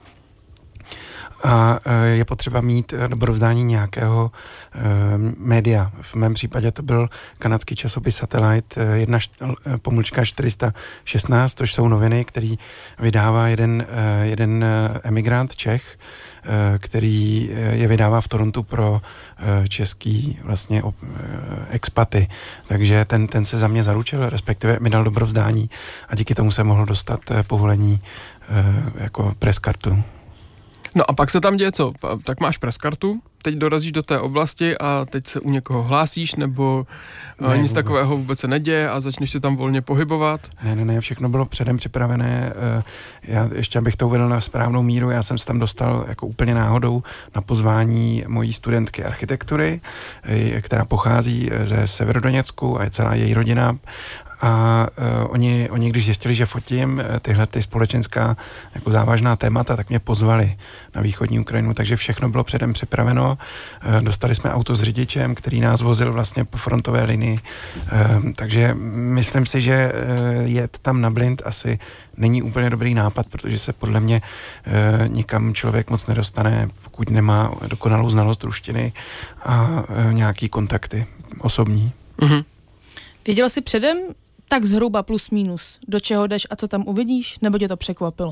Speaker 5: A je potřeba mít dobrovzdání nějakého e, média. V mém případě to byl kanadský časopis Satellite jedna pomlčka čtyři sta šestnáct, to jsou noviny, který vydává jeden, e, jeden emigrant Čech, e, který je vydává v Torontu pro e, český vlastně e, expaty. Takže ten, ten se za mě zaručil, respektive mi dal dobrovzdání a díky tomu se mohl dostat povolení e, jako preskartu.
Speaker 2: No a pak se tam děje co? Tak máš preskartu, teď dorazíš do té oblasti a teď se u někoho hlásíš, nebo ne, nic vůbec takového vůbec se neděje a začneš se tam volně pohybovat?
Speaker 5: Ne, ne, ne, všechno bylo předem připravené. Já ještě, abych to uvedl na správnou míru, já jsem se tam dostal jako úplně náhodou na pozvání mojí studentky architektury, která pochází ze Severodoněcku a je celá její rodina. A uh, oni, oni, když zjistili, že fotím uh, tyhle ty společenská jako závažná témata, tak mě pozvali na východní Ukrajinu, takže všechno bylo předem připraveno. Uh, dostali jsme auto s řidičem, který nás vozil vlastně po frontové linii, uh, takže myslím si, že uh, jet tam na blind asi není úplně dobrý nápad, protože se podle mě uh, nikam člověk moc nedostane, pokud nemá dokonalou znalost ruštiny a uh, nějaký kontakty osobní.
Speaker 2: Mhm.
Speaker 3: Věděl jsi předem, tak zhruba plus minus, do čeho jdeš a co tam uvidíš, nebo tě to překvapilo?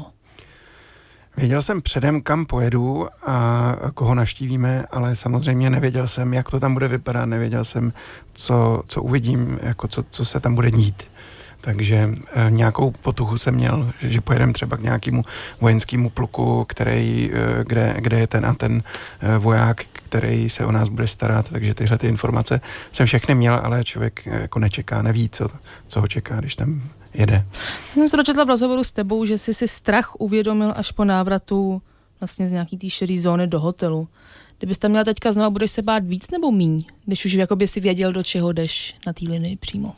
Speaker 5: Věděl jsem předem, kam pojedu a koho navštívíme, ale samozřejmě nevěděl jsem, jak to tam bude vypadat, nevěděl jsem, co, co uvidím, jako co, co se tam bude dít. Takže e, nějakou potuchu jsem měl, že, že pojedeme třeba k nějakému vojenskému pluku, který, e, kde, kde je ten a ten e, voják, který se o nás bude starat, takže tyhle ty informace jsem všechny měl, ale člověk e, jako nečeká, neví, co, co ho čeká, když tam jede.
Speaker 3: Já jsem se dočetla v rozhovoru s tebou, že jsi si strach uvědomil až po návratu vlastně z nějaký té šedé zóny do hotelu. Kdybys tam měla teďka znova, budeš se bát víc nebo míň, když už jakoby si věděl, do čeho jdeš na té linii přímo?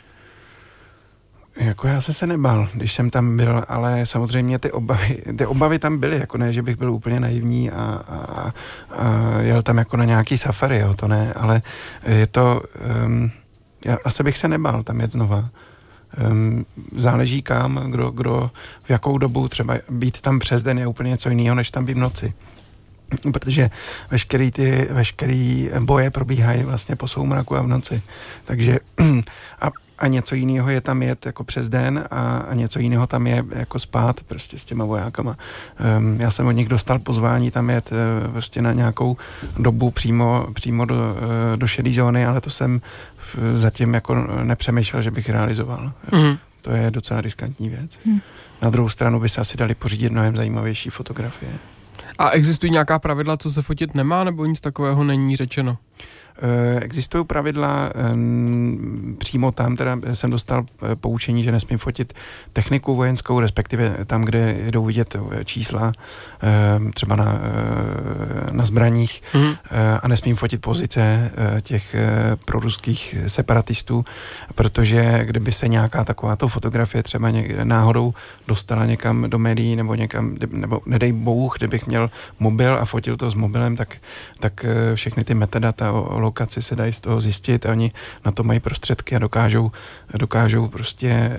Speaker 5: Jako já jsem se nebál, když jsem tam byl, ale samozřejmě ty obavy, ty obavy tam byly, jako ne, že bych byl úplně naivní a, a, a jel tam jako na nějaký safari, jo, to ne, ale je to, um, já asi bych se nebál tam jet znova. Um, záleží kam, kdo, kdo, v jakou dobu, třeba být tam přes den je úplně něco jiného, než tam být v noci. Protože veškerý ty, veškerý boje probíhají vlastně po soumraku a v noci. Takže a a něco jiného je tam jet jako přes den a, a něco jiného tam je jako spát prostě s těma vojákama. Um, já jsem od nich dostal pozvání tam jet uh, prostě na nějakou dobu přímo, přímo do, uh, do šedé zóny, ale to jsem uh, zatím jako nepřemýšlel, že bych realizoval. Mm. To je docela riskantní věc. Mm. Na druhou stranu by se asi dali pořídit mnohem zajímavější fotografie.
Speaker 2: A existují nějaká pravidla, co se fotit nemá, nebo nic takového není řečeno?
Speaker 5: Existují pravidla, přímo tam teda jsem dostal poučení, že nesmím fotit techniku vojenskou, respektive tam, kde jdou vidět čísla třeba na, na zbraních mm. a nesmím fotit pozice těch proruských separatistů, protože kdyby se nějaká takováto fotografie třeba náhodou dostala někam do médií nebo někam, nebo nedej bůh, kdybych měl mobil a fotil to s mobilem, tak, tak všechny ty metadata o lokaci se dají z toho zjistit a oni na to mají prostředky a dokážou, dokážou prostě e,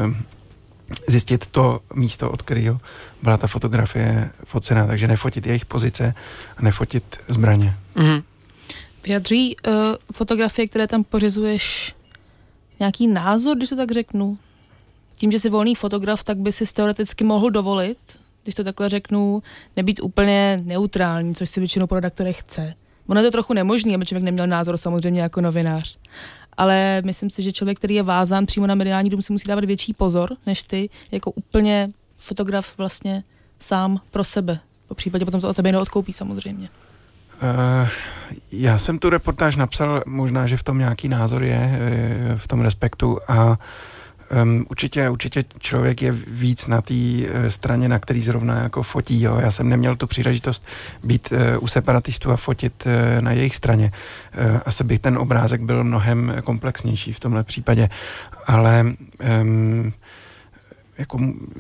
Speaker 5: zjistit to místo, od kterého byla ta fotografie focená, takže nefotit jejich pozice a nefotit zbraně.
Speaker 3: Mm-hmm. Vyjadří uh, fotografie, které tam pořizuješ, nějaký názor, když to tak řeknu? Tím, že jsi volný fotograf, tak by si teoreticky mohl dovolit, když to takhle řeknu, nebýt úplně neutrální, což si většinou po redaktorech chce. Ono je to trochu nemožný, aby člověk neměl názor samozřejmě jako novinář. Ale myslím si, že člověk, který je vázán přímo na mediální dům, si musí dávat větší pozor, než ty, jako úplně fotograf vlastně sám pro sebe. Po případě potom to o tebe neodkoupí samozřejmě.
Speaker 5: Uh, já jsem tu reportáž napsal, možná, že v tom nějaký názor je, v tom respektu a Um, určitě, určitě člověk je víc na té uh, straně, na který zrovna jako fotí. Jo. Já jsem neměl tu příležitost být uh, u separatistů a fotit uh, na jejich straně. Uh, asi by ten obrázek byl mnohem komplexnější v tomhle případě. Ale um, jako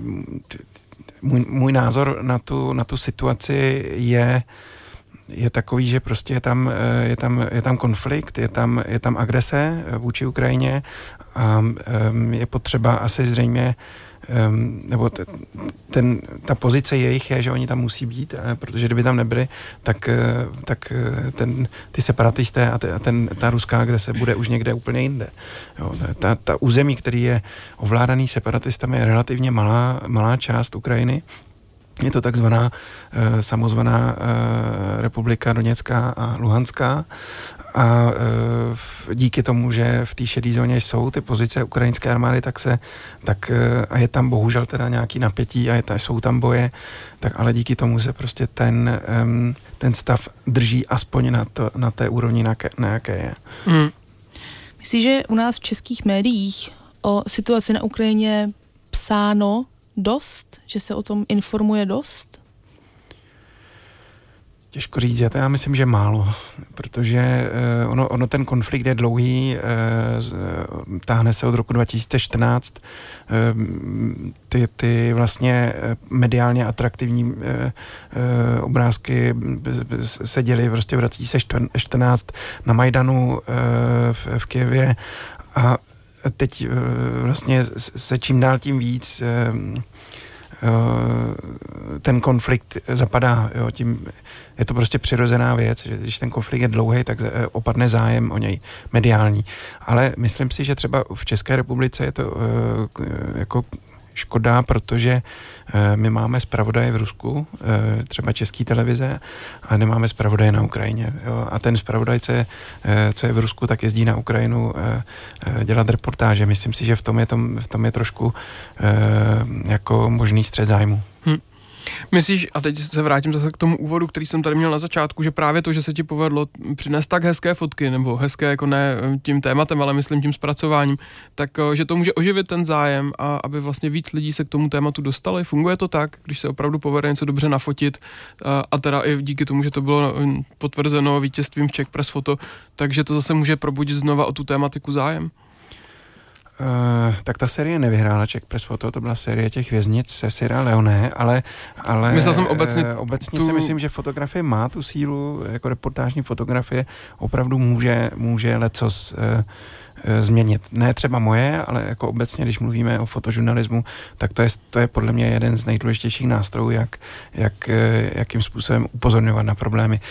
Speaker 5: můj, můj názor na tu, na tu situaci je je takový, že prostě je tam, je tam, je tam konflikt, je tam, je tam agrese vůči Ukrajině a um, je potřeba asi zřejmě um, nebo t, ten, ta pozice jejich je, že oni tam musí být, protože kdyby tam nebyli, tak, tak ten, ty separatisté a, te, a ten, ta ruská agrese bude už někde úplně jinde. Jo, ta, ta území, který je ovládaný separatistami, je relativně malá, malá část Ukrajiny. Je to takzvaná uh, samozvaná uh, republika Doněcká a Luhanská a uh, díky tomu, že v té šedé zóně jsou ty pozice ukrajinské armády, tak se, tak uh, a je tam bohužel teda nějaký napětí a je ta, jsou tam boje, tak ale díky tomu se prostě ten, um, ten stav drží aspoň na, to, na té úrovni, na, ke, na jaké je.
Speaker 3: Hmm. Myslíš, že u nás v českých médiích o situaci na Ukrajině psáno dost? Že se o tom informuje dost?
Speaker 5: Těžko říct, já myslím, že málo, protože uh, ono, ono ten konflikt je dlouhý, uh, táhne se od roku dva tisíce čtrnáct, uh, ty, ty vlastně mediálně atraktivní uh, uh, obrázky se děly prostě v roce dva tisíce čtrnáct na Majdanu uh, v, v Kyjevě a teď vlastně se čím dál tím víc ten konflikt zapadá. Jo, tím je to prostě přirozená věc, že když ten konflikt je dlouhý, tak opadne zájem o něj mediální. Ale myslím si, že třeba v České republice je to jako škoda, protože my máme zpravodaje v Rusku, třeba České televize, a nemáme zpravodaje na Ukrajině. Jo? A ten zpravodaj, co je, co je v Rusku, tak jezdí na Ukrajinu dělat reportáže. Myslím si, že v tom je, tom, v tom je trošku jako možný střet zájmu.
Speaker 2: Hm. Myslíš, a teď se vrátím zase k tomu úvodu, který jsem tady měl na začátku, že právě to, že se ti povedlo přinést tak hezké fotky, nebo hezké jako ne tím tématem, ale myslím tím zpracováním, tak že to může oživit ten zájem a aby vlastně víc lidí se k tomu tématu dostali. Funguje to tak, když se opravdu povede něco dobře nafotit a, a teda i díky tomu, že to bylo potvrzeno vítězstvím v Czech Press Photo, takže to zase může probudit znova o tu tématiku zájem?
Speaker 5: Uh, tak ta série nevyhrála Czech Press Photo, to byla série těch věznic se Sierra Leone, ale, ale
Speaker 2: myslel jsem obecně,
Speaker 5: uh, obecně
Speaker 2: tu...
Speaker 5: si myslím, že fotografie má tu sílu, jako reportážní fotografie opravdu může, může lecos uh, změnit. Ne třeba moje, ale jako obecně, když mluvíme o fotožurnalismu, tak to je, to je podle mě jeden z nejdůležitějších nástrojů, jak, jak, jakým způsobem upozorňovat na problémy.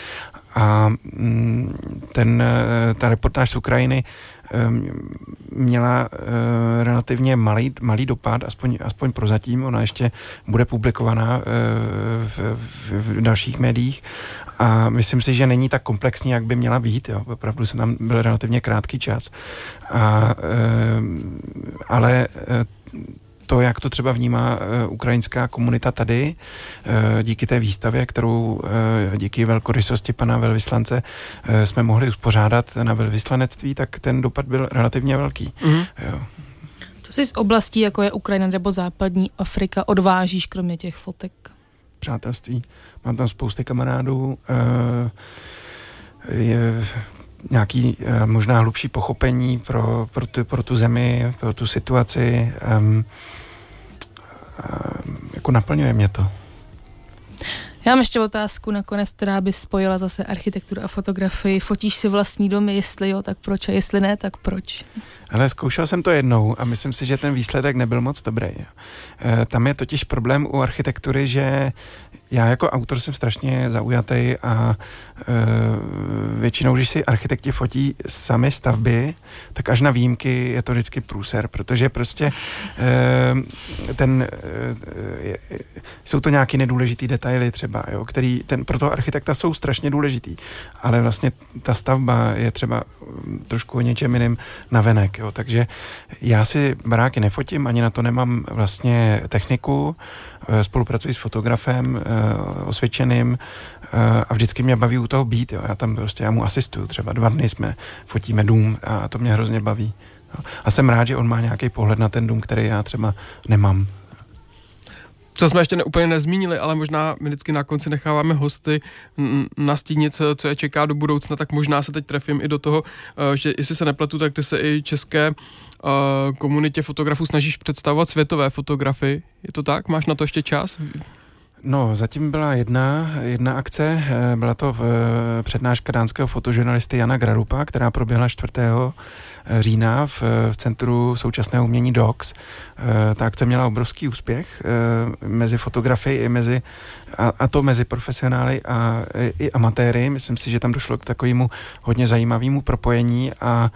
Speaker 5: A ten, ta reportáž z Ukrajiny měla relativně malý, malý dopad, aspoň, aspoň prozatím. Ona ještě bude publikovaná v, v, v dalších médiích a myslím si, že není tak komplexní, jak by měla být. Jo. Opravdu se tam byl relativně krátký čas. A, ale to, jak to třeba vnímá uh, ukrajinská komunita tady, uh, díky té výstavě, kterou uh, díky velkorysosti pana velvyslance uh, jsme mohli uspořádat na velvyslanectví, tak ten dopad byl relativně velký. Mm-hmm. Jo.
Speaker 3: Co si z oblastí, jako je Ukrajina nebo západní Afrika, odvážíš, kromě těch fotek?
Speaker 5: Přátelství. Mám tam spousty kamarádů. Uh, je, nějaký uh, možná hlubší pochopení pro, pro, tu, pro tu zemi, pro tu situaci. Um, jako naplňuje mě to.
Speaker 3: Já mám ještě otázku nakonec, která by spojila zase architekturu a fotografii. Fotíš si vlastní domy, jestli jo, tak proč, a jestli ne, tak proč?
Speaker 5: Ale zkoušel jsem to jednou a myslím si, že ten výsledek nebyl moc dobrý. E, tam je totiž problém u architektury, že já jako autor jsem strašně zaujatý a e, většinou, když si architekti fotí sami stavby, tak až na výjimky je to vždycky průser, protože prostě e, ten, e, jsou to nějaký nedůležitý detaily třeba, jo, který ten, pro toho architekta jsou strašně důležitý, ale vlastně ta stavba je třeba trošku o něčem jiným navenek, jo, takže já si baráky nefotím, ani na to nemám vlastně techniku, spolupracuji s fotografem osvědčeným a vždycky mě baví u toho být, jo. Já tam prostě, já mu asistuju, třeba dva dny jsme fotíme dům a to mě hrozně baví. Jo. A jsem rád, že on má nějaký pohled na ten dům, který já třeba nemám.
Speaker 2: Co jsme ještě ne, úplně nezmínili, ale možná my vždycky na konci necháváme hosty nastínit, co, co je čeká do budoucna, tak možná se teď trefím i do toho, že jestli se nepletu, tak ty se i české uh, komunitě fotografů snažíš představovat světové fotografii. Je to tak? Máš na to ještě čas?
Speaker 5: No, zatím byla jedna, jedna akce, byla to přednáška dánského fotožurnalisty Jana Grarupa, která proběhla čtvrtého října v, v Centru současného umění D O X. Ta akce měla obrovský úspěch mezi fotografy i mezi, a, a to mezi profesionály a i amatéry. Myslím si, že tam došlo k takovému hodně zajímavému propojení a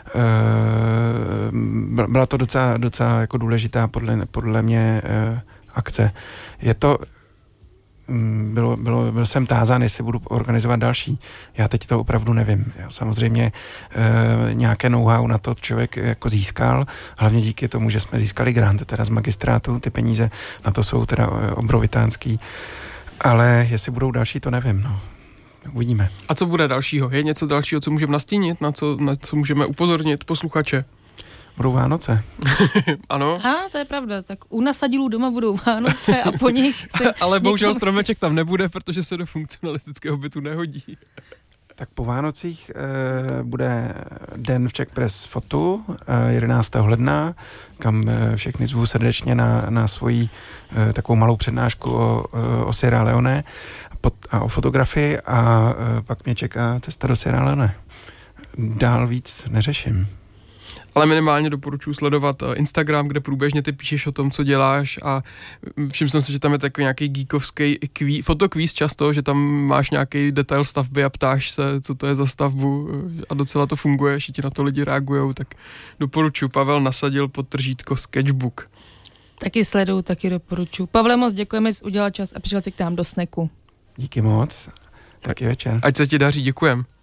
Speaker 5: byla to docela, docela jako důležitá podle, podle mě akce. Je to Bylo, bylo, byl jsem tázán, jestli budu organizovat další. Já teď to opravdu nevím. Jo. Samozřejmě e, nějaké know-how na to člověk jako získal, hlavně díky tomu, že jsme získali grant teda z magistrátu, ty peníze na to jsou teda obrovitánský, ale jestli budou další, to nevím. No. Uvidíme.
Speaker 2: A co bude dalšího? Je něco dalšího, co můžeme nastínit, na co, na co můžeme upozornit posluchače?
Speaker 5: Budou Vánoce.
Speaker 2: Ano.
Speaker 3: A to je pravda, tak u nasadilů doma budou Vánoce a po nich se
Speaker 2: ale bohužel stromeček tam nebude, protože se do funkcionalistického bytu nehodí.
Speaker 5: Tak po Vánocích e, bude den v Czech Press Fotu e, jedenáctého ledna, kam e, všechny zvu srdečně na, na svoji e, takovou malou přednášku o, o Sierra Leone pot, a o fotografii a e, pak mě čeká cesta do Sierra Leone. Dál víc neřeším.
Speaker 2: Ale minimálně doporučuji sledovat Instagram, kde průběžně ty píšeš o tom, co děláš a všiml jsem si, že tam je takový nějaký geekovský kví, fotokvíz často, že tam máš nějaký detail stavby a ptáš se, co to je za stavbu a docela to funguje, že ti na to lidi reagujou, tak doporučuji. Pavel nasadil podtržítko Sketchbook.
Speaker 3: Taky sleduju, taky doporučuji. Pavle, moc děkujeme, že jsi udělal čas a přišel si k nám do Sneku.
Speaker 5: Díky moc. Taky večer.
Speaker 2: Ať se ti daří, děkujem.